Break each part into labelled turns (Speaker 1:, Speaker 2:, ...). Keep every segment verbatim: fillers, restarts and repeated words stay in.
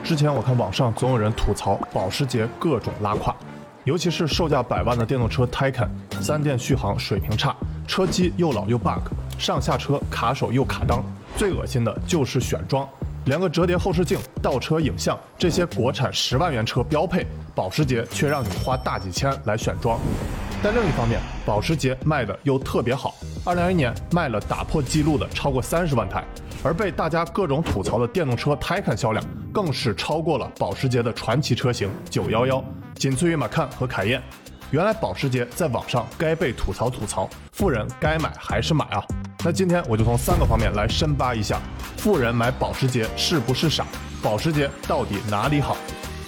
Speaker 1: 之前我看网上总有人吐槽保时捷各种拉胯，尤其是售价百万的电动车 Taycan， 三电续航水平差，车机又老又 bug， 上下车卡手又卡裆，最恶心的就是选装，连个折叠后视镜、倒车影像这些国产十万元车标配，保时捷却让你花大几千来选装。但另一方面，保时捷卖的又特别好，二零二一年卖了打破纪录的超过三十万台，而被大家各种吐槽的电动车 Taycan 销量更是超过了保时捷的传奇车型九一一，仅次于马看和凯宴。原来保时捷在网上该被吐槽吐槽，富人该买还是买啊？那今天我就从三个方面来深扒一下，富人买保时捷是不是傻？保时捷到底哪里好？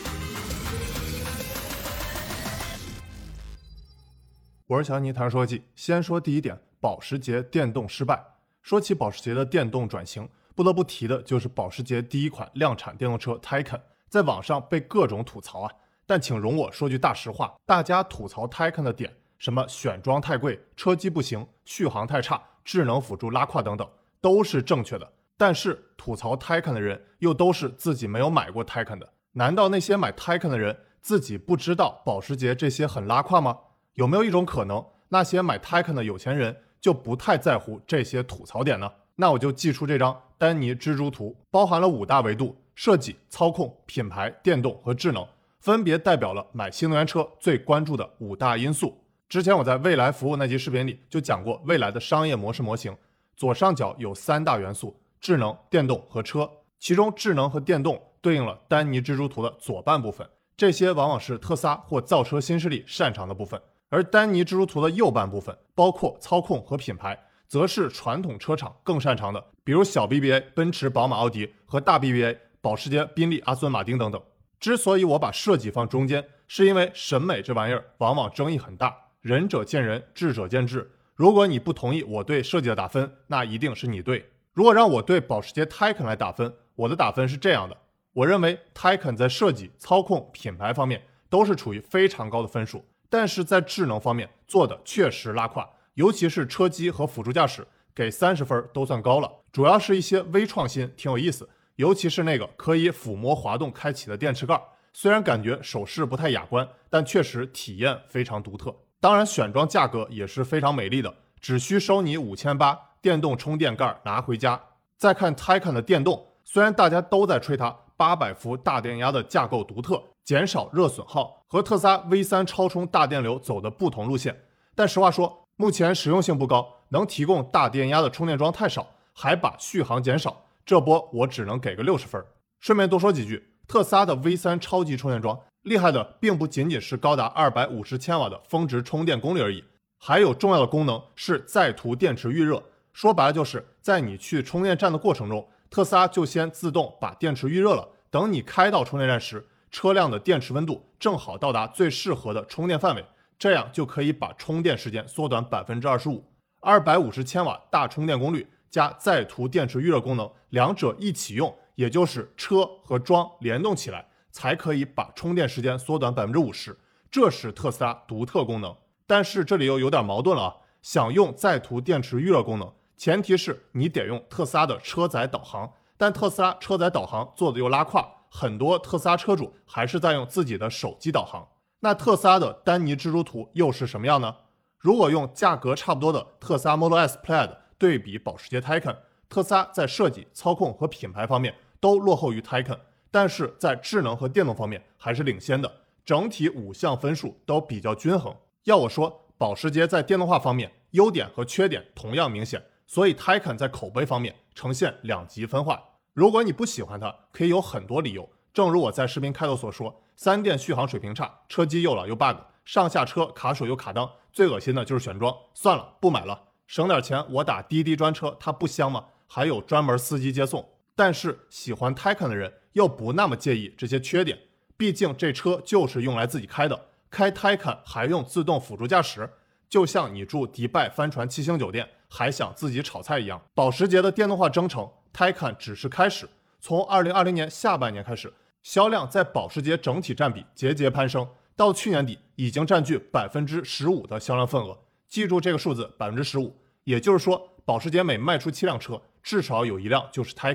Speaker 1: 我是小尼谈说记，先说第一点，保时捷电动失败。说起保时捷的电动转型，不得不提的就是保时捷第一款量产电动车 Taycan， 在网上被各种吐槽啊。但请容我说句大实话，大家吐槽 Taycan 的点，什么选装太贵、车机不行、续航太差、智能辅助拉胯等等，都是正确的。但是吐槽 Taycan 的人又都是自己没有买过 Taycan 的，难道那些买 Taycan 的人自己不知道保时捷这些很拉胯吗？有没有一种可能，那些买 Taycan 的有钱人就不太在乎这些吐槽点呢？那我就寄出这张丹尼蜘蛛图，包含了五大维度：设计、操控、品牌、电动和智能，分别代表了买新能源车最关注的五大因素。之前我在未来服务那期视频里就讲过未来的商业模式模型，左上角有三大元素：智能、电动和车，其中智能和电动对应了丹尼蜘蛛图的左半部分，这些往往是特斯拉或造车新势力擅长的部分。而丹尼蜘蛛图的右半部分，包括操控和品牌，则是传统车厂更擅长的，比如小 B B A 奔驰、宝马、奥迪和大 B B A 保时捷、宾利、阿斯顿马丁等等。之所以我把设计放中间，是因为审美这玩意儿往往争议很大，仁者见仁，智者见智。如果你不同意我对设计的打分，那一定是你对。如果让我对保时捷 Taycan 来打分，我的打分是这样的：我认为 Taycan 在设计、操控、品牌方面都是处于非常高的分数，但是在智能方面做的确实拉胯，尤其是车机和辅助驾驶，给三十分都算高了。主要是一些微创新挺有意思，尤其是那个可以抚摸滑动开启的电池盖，虽然感觉手势不太雅观，但确实体验非常独特。当然选装价格也是非常美丽的，只需收你五千八，电动充电盖拿回家。再看 Taycan 的电动，虽然大家都在吹它八百伏大电压的架构独特，减少热损耗，和特斯拉 V 三 超充大电流走的不同路线，但实话说，目前实用性不高，能提供大电压的充电桩太少，还把续航减少，这波我只能给个六十分。顺便多说几句，特斯拉的 V 三 超级充电桩厉害的并不仅仅是高达二百五十千瓦的峰值充电功率而已，还有重要的功能是在途电池预热。说白了就是在你去充电站的过程中，特斯拉就先自动把电池预热了，等你开到充电站时，车辆的电池温度正好到达最适合的充电范围，这样就可以把充电时间缩短 百分之二十五。 二百五十千瓦大充电功率加在途电池预热功能，两者一起用，也就是车和桩联动起来，才可以把充电时间缩短 百分之五十， 这是特斯拉独特功能。但是这里又有点矛盾了啊，想用在途电池预热功能，前提是你得用特斯拉的车载导航，但特斯拉车载导航做的又拉胯，很多特斯拉车主还是在用自己的手机导航。那特斯拉的丹尼蜘蛛图又是什么样呢？如果用价格差不多的特斯拉 Model S Plaid 对比保时捷 Taycan， 特斯拉在设计、操控和品牌方面都落后于 Taycan， 但是在智能和电动方面还是领先的，整体五项分数都比较均衡。要我说，保时捷在电动化方面优点和缺点同样明显，所以 Taycan 在口碑方面呈现两极分化。如果你不喜欢它，可以有很多理由，正如我在视频开头所说，三电续航水平差，车机又老又 bug， 上下车卡手又卡裆，最恶心的就是选装，算了，不买了，省点钱我打滴滴专车，它不香吗？还有专门司机接送。但是喜欢 Taycan 的人又不那么介意这些缺点，毕竟这车就是用来自己开的，开 Taycan 还用自动辅助驾驶，就像你住迪拜帆船七星酒店还想自己炒菜一样。保时捷的电动化征程 Taycan 只是开始，从二零二零年下半年开始，销量在保时捷整体占比节节攀升，到去年底已经占据 百分之十五 的销量份额。记住这个数字 百分之十五， 也就是说保时捷每卖出七辆车，至少有一辆就是 Taycan。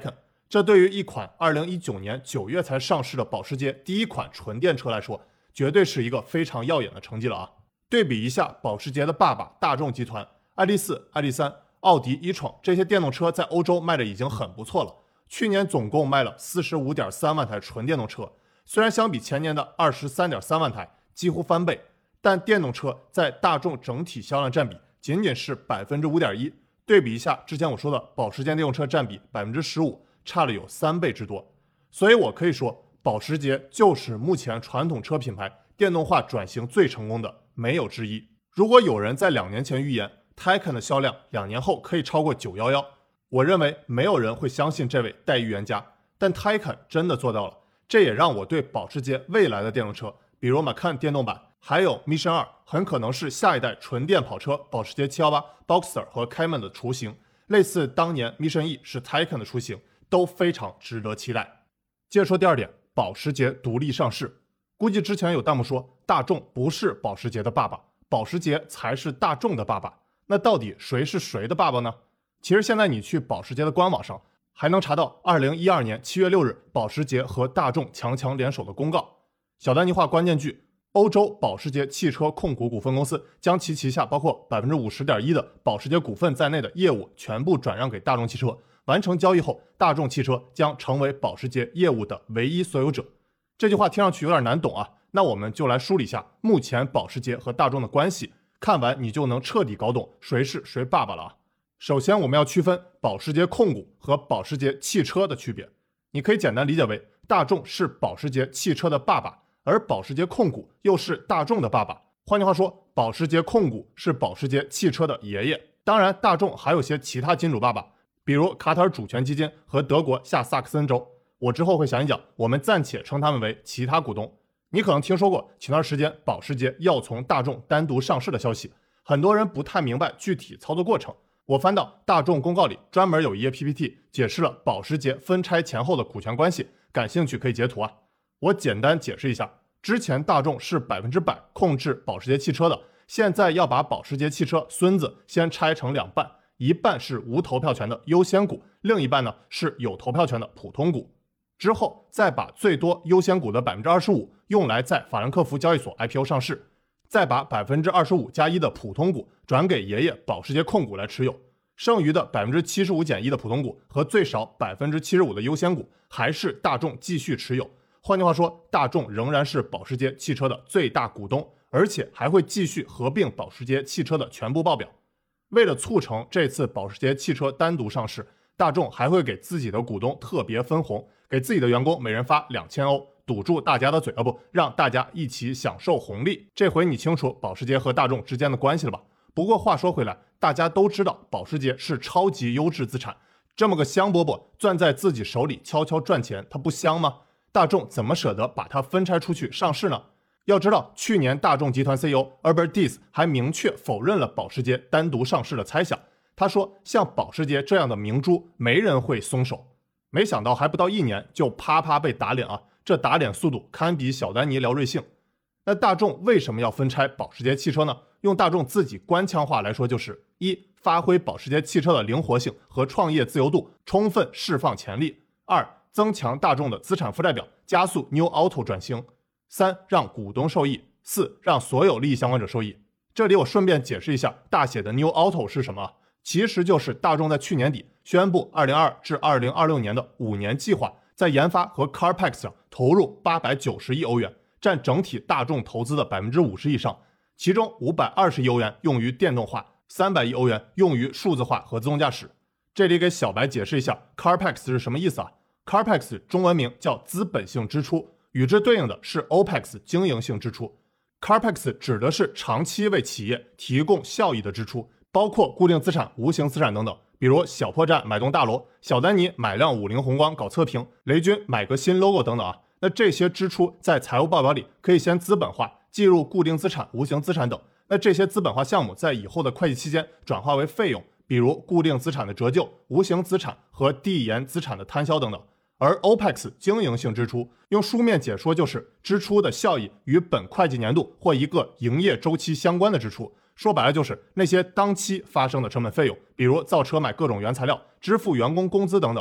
Speaker 1: 这对于一款二零一九年九月才上市的保时捷第一款纯电车来说，绝对是一个非常耀眼的成绩了啊！对比一下保时捷的爸爸大众集团，爱力四、爱力三、奥迪e tron这些电动车在欧洲卖的已经很不错了，去年总共卖了 四十五点三万台纯电动车，虽然相比前年的 二十三点三万台几乎翻倍，但电动车在大众整体销量占比仅仅是 百分之五点一， 对比一下之前我说的保时捷电动车占比 百分之十五， 差了有三倍之多。所以我可以说保时捷就是目前传统车品牌电动化转型最成功的，没有之一。如果有人在两年前预言 Taycan 的销量两年后可以超过九一一，我认为没有人会相信这位代预言家，但 Taycan 真的做到了，这也让我对保时捷未来的电动车，比如 Macan 电动版，还有 Mission 二很可能是下一代纯电跑车保时捷七一八、Boxster 和 Cayman 的雏形，类似当年 Mission E 是 Taycan 的雏形，都非常值得期待。接着说第二点，保时捷独立上市。估计之前有弹幕说大众不是保时捷的爸爸，保时捷才是大众的爸爸，那到底谁是谁的爸爸呢？其实现在你去保时捷的官网上还能查到二零一二年七月六日保时捷和大众强强联手的公告，小丹尼话关键句，欧洲保时捷汽车控股股份公司将其旗下包括 百分之五十点一 的保时捷股份在内的业务全部转让给大众汽车，完成交易后，大众汽车将成为保时捷业务的唯一所有者。这句话听上去有点难懂啊，那我们就来梳理一下目前保时捷和大众的关系，看完你就能彻底搞懂谁是谁爸爸了啊。首先我们要区分保时捷控股和保时捷汽车的区别，你可以简单理解为大众是保时捷汽车的爸爸，而保时捷控股又是大众的爸爸。换句话说，保时捷控股是保时捷汽车的爷爷。当然大众还有些其他金主爸爸，比如卡塔尔主权基金和德国下萨克森州，我之后会讲一讲，我们暂且称他们为其他股东。你可能听说过前段时间保时捷要从大众单独上市的消息，很多人不太明白具体操作过程。我翻到大众公告里专门有一页 P P T 解释了保时捷分拆前后的股权关系，感兴趣可以截图啊。我简单解释一下，之前大众是百分之百控制保时捷汽车的，现在要把保时捷汽车孙子先拆成两半，一半是无投票权的优先股，另一半呢是有投票权的普通股。之后再把最多优先股的 百分之二十五 用来在法兰克福交易所 I P O 上市，再把 百分之二十五加一 的普通股转给爷爷保时捷控股来持有，剩余的 百分之七十五减一 的普通股和最少 百分之七十五 的优先股还是大众继续持有。换句话说，大众仍然是保时捷汽车的最大股东，而且还会继续合并保时捷汽车的全部报表。为了促成这次保时捷汽车单独上市，大众还会给自己的股东特别分红，给自己的员工每人发两千欧，堵住大家的嘴，啊不，让大家一起享受红利。这回你清楚保时捷和大众之间的关系了吧？不过话说回来，大家都知道保时捷是超级优质资产，这么个香饽饽攥在自己手里悄悄赚钱，它不香吗？大众怎么舍得把它分拆出去上市呢？要知道，去年大众集团 C E O Herbert Diess 还明确否认了保时捷单独上市的猜想。他说，像保时捷这样的明珠，没人会松手。没想到还不到一年就啪啪被打脸啊！这打脸速度堪比小丹尼聊瑞幸。那大众为什么要分拆保时捷汽车呢？用大众自己官腔话来说，就是一、发挥保时捷汽车的灵活性和创业自由度，充分释放潜力；二、增强大众的资产负债表，加速 New Auto 转型；三、让股东受益；四、让所有利益相关者受益。这里我顺便解释一下大写的 New Auto 是什么，其实就是大众在去年底宣布二零二二至二零二六年的五年计划，在研发和 CarPax 上投入八百九十亿欧元，占整体大众投资的 百分之五十 以上，其中五百二十亿欧元用于电动化，三百亿欧元用于数字化和自动驾驶。这里给小白解释一下 CarPax 是什么意思啊？ CarPax 中文名叫资本性支出，与之对应的是 OPEX 经营性支出。 CarPax 指的是长期为企业提供效益的支出，包括固定资产、无形资产等等，比如小破站买栋大楼，小丹尼买辆五菱宏光搞测评，雷军买个新 logo 等等啊。那这些支出在财务报表里可以先资本化，计入固定资产、无形资产等。那这些资本化项目在以后的会计期间转化为费用，比如固定资产的折旧、无形资产和递延资产的摊销等等。而 OPEX 经营性支出，用书面解说就是支出的效益与本会计年度或一个营业周期相关的支出。说白了就是那些当期发生的成本费用，比如造车买各种原材料、支付员工工资等等啊。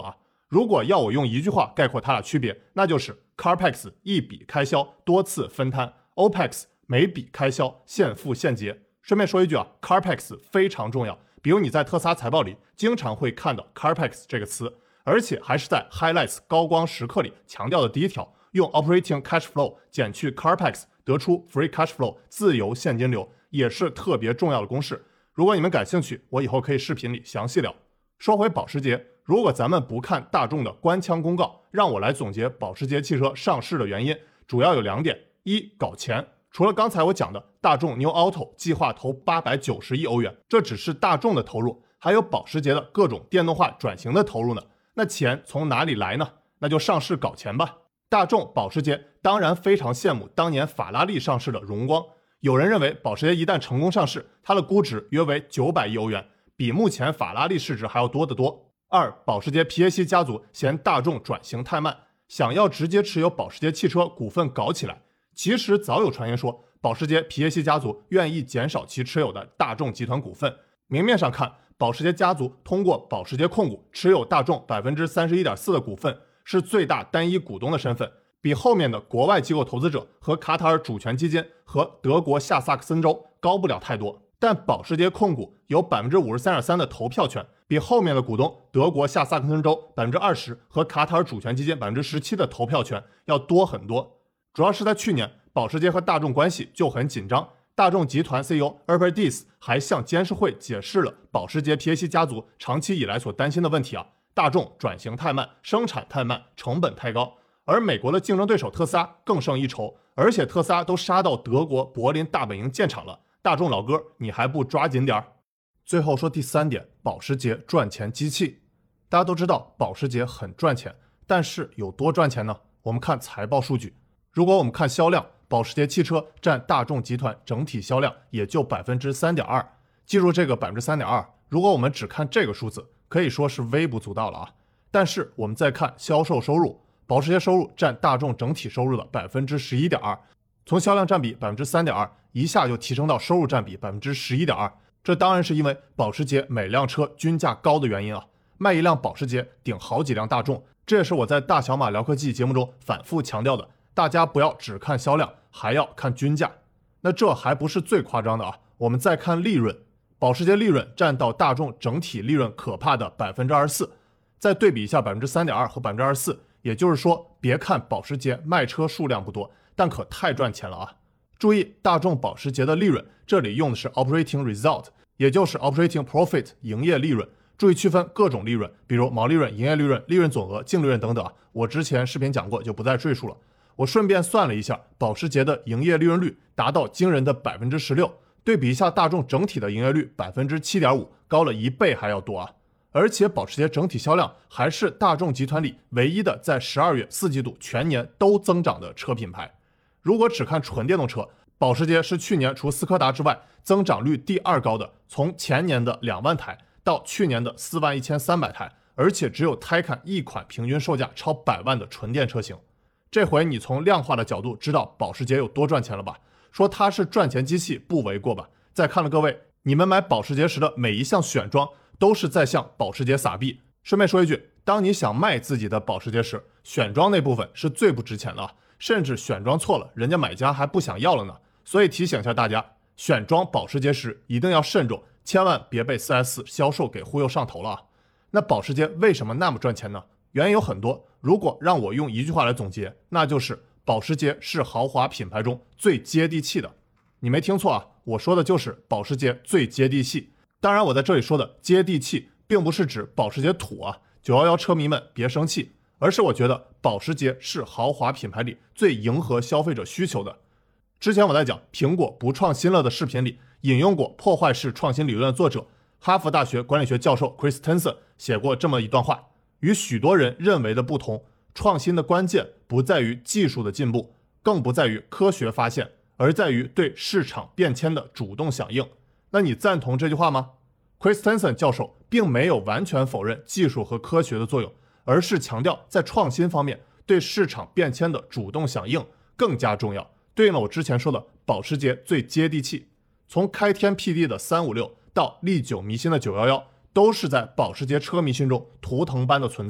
Speaker 1: 如果要我用一句话概括它俩区别，那就是 CAPEX 一笔开销多次分摊， O P E X 每笔开销现付现结。顺便说一句啊 CAPEX 非常重要，比如你在特斯拉财报里经常会看到 CAPEX 这个词，而且还是在 Highlights 高光时刻里强调的第一条，用 Operating Cash Flow 减去 CAPEX 得出 Free Cash Flow 自由现金流，也是特别重要的公式。如果你们感兴趣，我以后可以视频里详细聊。说回保时捷，如果咱们不看大众的官腔公告，让我来总结保时捷汽车上市的原因，主要有两点：一，搞钱。除了刚才我讲的大众 New Auto 计划投八百九十亿欧元，这只是大众的投入，还有保时捷的各种电动化转型的投入呢。那钱从哪里来呢？那就上市搞钱吧。大众、保时捷当然非常羡慕当年法拉利上市的荣光。有人认为保时捷一旦成功上市，它的估值约为九百亿欧元，比目前法拉利市值还要多得多。二，保时捷皮耶西家族嫌大众转型太慢，想要直接持有保时捷汽车股份搞起来。其实早有传言说，保时捷皮耶西家族愿意减少其持有的大众集团股份。明面上看，保时捷家族通过保时捷控股持有大众 百分之三十一点四 的股份，是最大单一股东的身份，比后面的国外机构投资者和卡塔尔主权基金和德国下萨克森州高不了太多。但保时捷控股有 百分之五十三点三 的投票权，比后面的股东德国下萨克森州 百分之二十 和卡塔尔主权基金 百分之十七 的投票权要多很多。主要是在去年，保时捷和大众关系就很紧张，大众集团 C E O Herbert Diess 还向监事会解释了保时捷皮耶西家族长期以来所担心的问题啊，大众转型太慢，生产太慢，成本太高。而美国的竞争对手特斯拉更胜一筹，而且特斯拉都杀到德国柏林大本营建厂了，大众老哥你还不抓紧点儿？最后说第三点，保时捷赚钱机器。大家都知道保时捷很赚钱，但是有多赚钱呢？我们看财报数据。如果我们看销量，保时捷汽车占大众集团整体销量也就 百分之三点二。 记住这个 百分之三点二， 如果我们只看这个数字，可以说是微不足道了啊。但是我们再看销售收入，保时捷收入占大众整体收入的 百分之十一点二， 从销量占比 百分之三点二 一下就提升到收入占比 百分之十一点二。 这当然是因为保时捷每辆车均价高的原因啊，卖一辆保时捷顶好几辆大众，这也是我在大小马聊科技节目中反复强调的，大家不要只看销量，还要看均价。那这还不是最夸张的啊，我们再看利润，保时捷利润占到大众整体利润可怕的 百分之二十四， 再对比一下 百分之三点二 和 百分之二十四， 也就是说别看保时捷卖车数量不多，但可太赚钱了啊。注意大众保时捷的利润，这里用的是 operating result， 也就是 operating profit 营业利润。注意区分各种利润，比如毛利润、营业利润、利润总额、净利润等等，我之前视频讲过，就不再赘述了。我顺便算了一下，保时捷的营业利润率达到惊人的 百分之十六， 对比一下大众整体的营业率 百分之七点五， 高了一倍还要多啊。而且保时捷整体销量还是大众集团里唯一的在十二月四季度全年都增长的车品牌。如果只看纯电动车，保时捷是去年除斯柯达之外增长率第二高的，从前年的两万台到去年的四万一千三百台，而且只有 Taycan 一款平均售价超百万的纯电车型。这回你从量化的角度知道保时捷有多赚钱了吧？说它是赚钱机器不为过吧？再看了各位，你们买保时捷时的每一项选装都是在向保时捷撒币。顺便说一句，当你想卖自己的保时捷时，选装那部分是最不值钱的，甚至选装错了，人家买家还不想要了呢。所以提醒一下大家，选装保时捷时一定要慎重，千万别被 四 S 销售给忽悠上头了啊。那保时捷为什么那么赚钱呢？原因有很多，如果让我用一句话来总结，那就是保时捷是豪华品牌中最接地气的。你没听错啊，我说的就是保时捷最接地气。当然我在这里说的接地气并不是指保时捷土啊，九一一车迷们别生气，而是我觉得保时捷是豪华品牌里最迎合消费者需求的。之前我在讲苹果不创新了的视频里引用过破坏式创新理论的作者哈佛大学管理学教授 Christensen 写过这么一段话，与许多人认为的不同，创新的关键不在于技术的进步，更不在于科学发现，而在于对市场变迁的主动响应。那你赞同这句话吗？ Christensen 教授并没有完全否认技术和科学的作用，而是强调在创新方面对市场变迁的主动响应更加重要，对应了我之前说的保时捷最接地气。从开天辟地的三五六到历久弥新的九一一，都是在保时捷车迷心中图腾般的存在。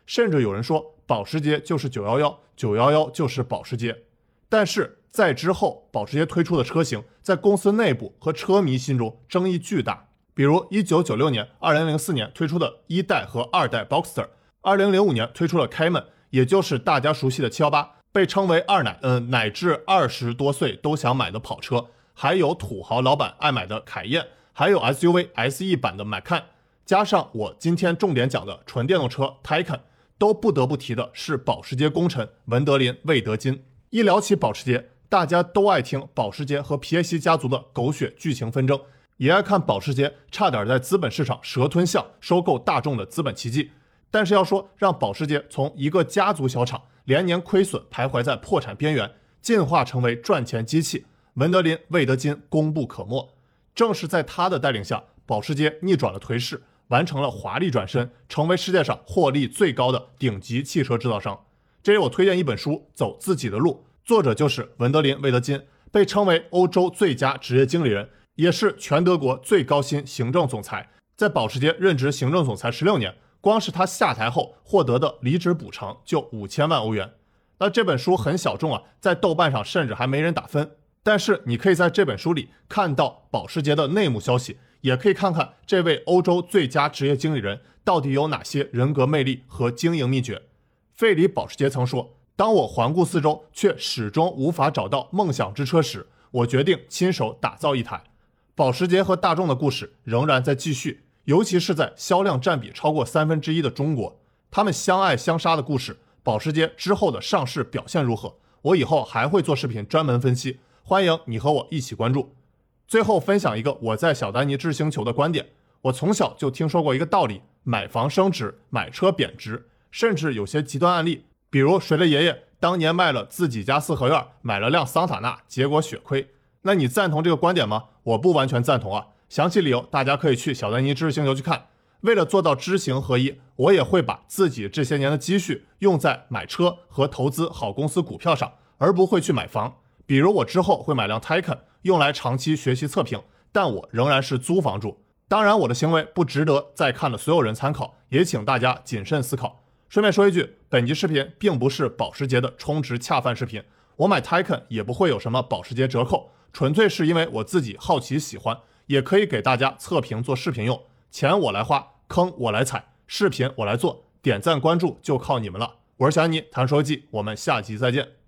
Speaker 1: 甚至有人说保时捷就是九一一，九一一就是保时捷。但是在之后，保时捷推出的车型在公司内部和车迷心中争议巨大。比如一九九六年、二零零四年推出的一代和二代 Boxster， 二零零五年推出了 Cayman， 也就是大家熟悉的七一八，被称为二奶，嗯，乃至二十多岁都想买的跑车。还有土豪老板爱买的凯宴，还有 S U V S E 版的 Macan， 加上我今天重点讲的纯电动车 Taycan， 都不得不提的是保时捷功臣文德林魏德金。一聊起保时捷，大家都爱听保时捷和皮耶希家族的狗血剧情纷争，也爱看保时捷差点在资本市场蛇吞象收购大众的资本奇迹。但是要说让保时捷从一个家族小厂连年亏损徘徊在破产边缘，进化成为赚钱机器，文德林魏德金功不可没。正是在他的带领下，保时捷逆转了颓势，完成了华丽转身，成为世界上获利最高的顶级汽车制造商。这里我推荐一本书《走自己的路》，作者就是文德林魏德金，被称为欧洲最佳职业经理人，也是全德国最高薪行政总裁。在保时捷任职行政总裁十六年，光是他下台后获得的离职补偿就五千万欧元。那这本书很小众啊，在豆瓣上甚至还没人打分。但是你可以在这本书里看到保时捷的内幕消息，也可以看看这位欧洲最佳职业经理人到底有哪些人格魅力和经营秘诀。费里保时捷曾说，当我环顾四周却始终无法找到梦想之车时，我决定亲手打造一台。保时捷和大众的故事仍然在继续，尤其是在销量占比超过三分之一的中国，他们相爱相杀的故事，保时捷之后的上市表现如何，我以后还会做视频专门分析，欢迎你和我一起关注。最后分享一个我在小丹尼知识星球的观点，我从小就听说过一个道理，买房升值，买车贬值，甚至有些极端案例，比如谁的爷爷当年卖了自己家四合院，买了辆桑塔纳，结果血亏。那你赞同这个观点吗？我不完全赞同啊，详细理由大家可以去小丹尼知识星球去看。为了做到知行合一，我也会把自己这些年的积蓄用在买车和投资好公司股票上，而不会去买房。比如我之后会买辆 Taycan 用来长期学习测评，但我仍然是租房住。当然我的行为不值得在看的所有人参考，也请大家谨慎思考。顺便说一句，本集视频并不是保时捷的充值恰饭视频，我买 Taycan 也不会有什么保时捷折扣，纯粹是因为我自己好奇喜欢，也可以给大家测评做视频用。钱我来花，坑我来踩，视频我来做，点赞关注就靠你们了。我是小安妮，谈说记，我们下集再见。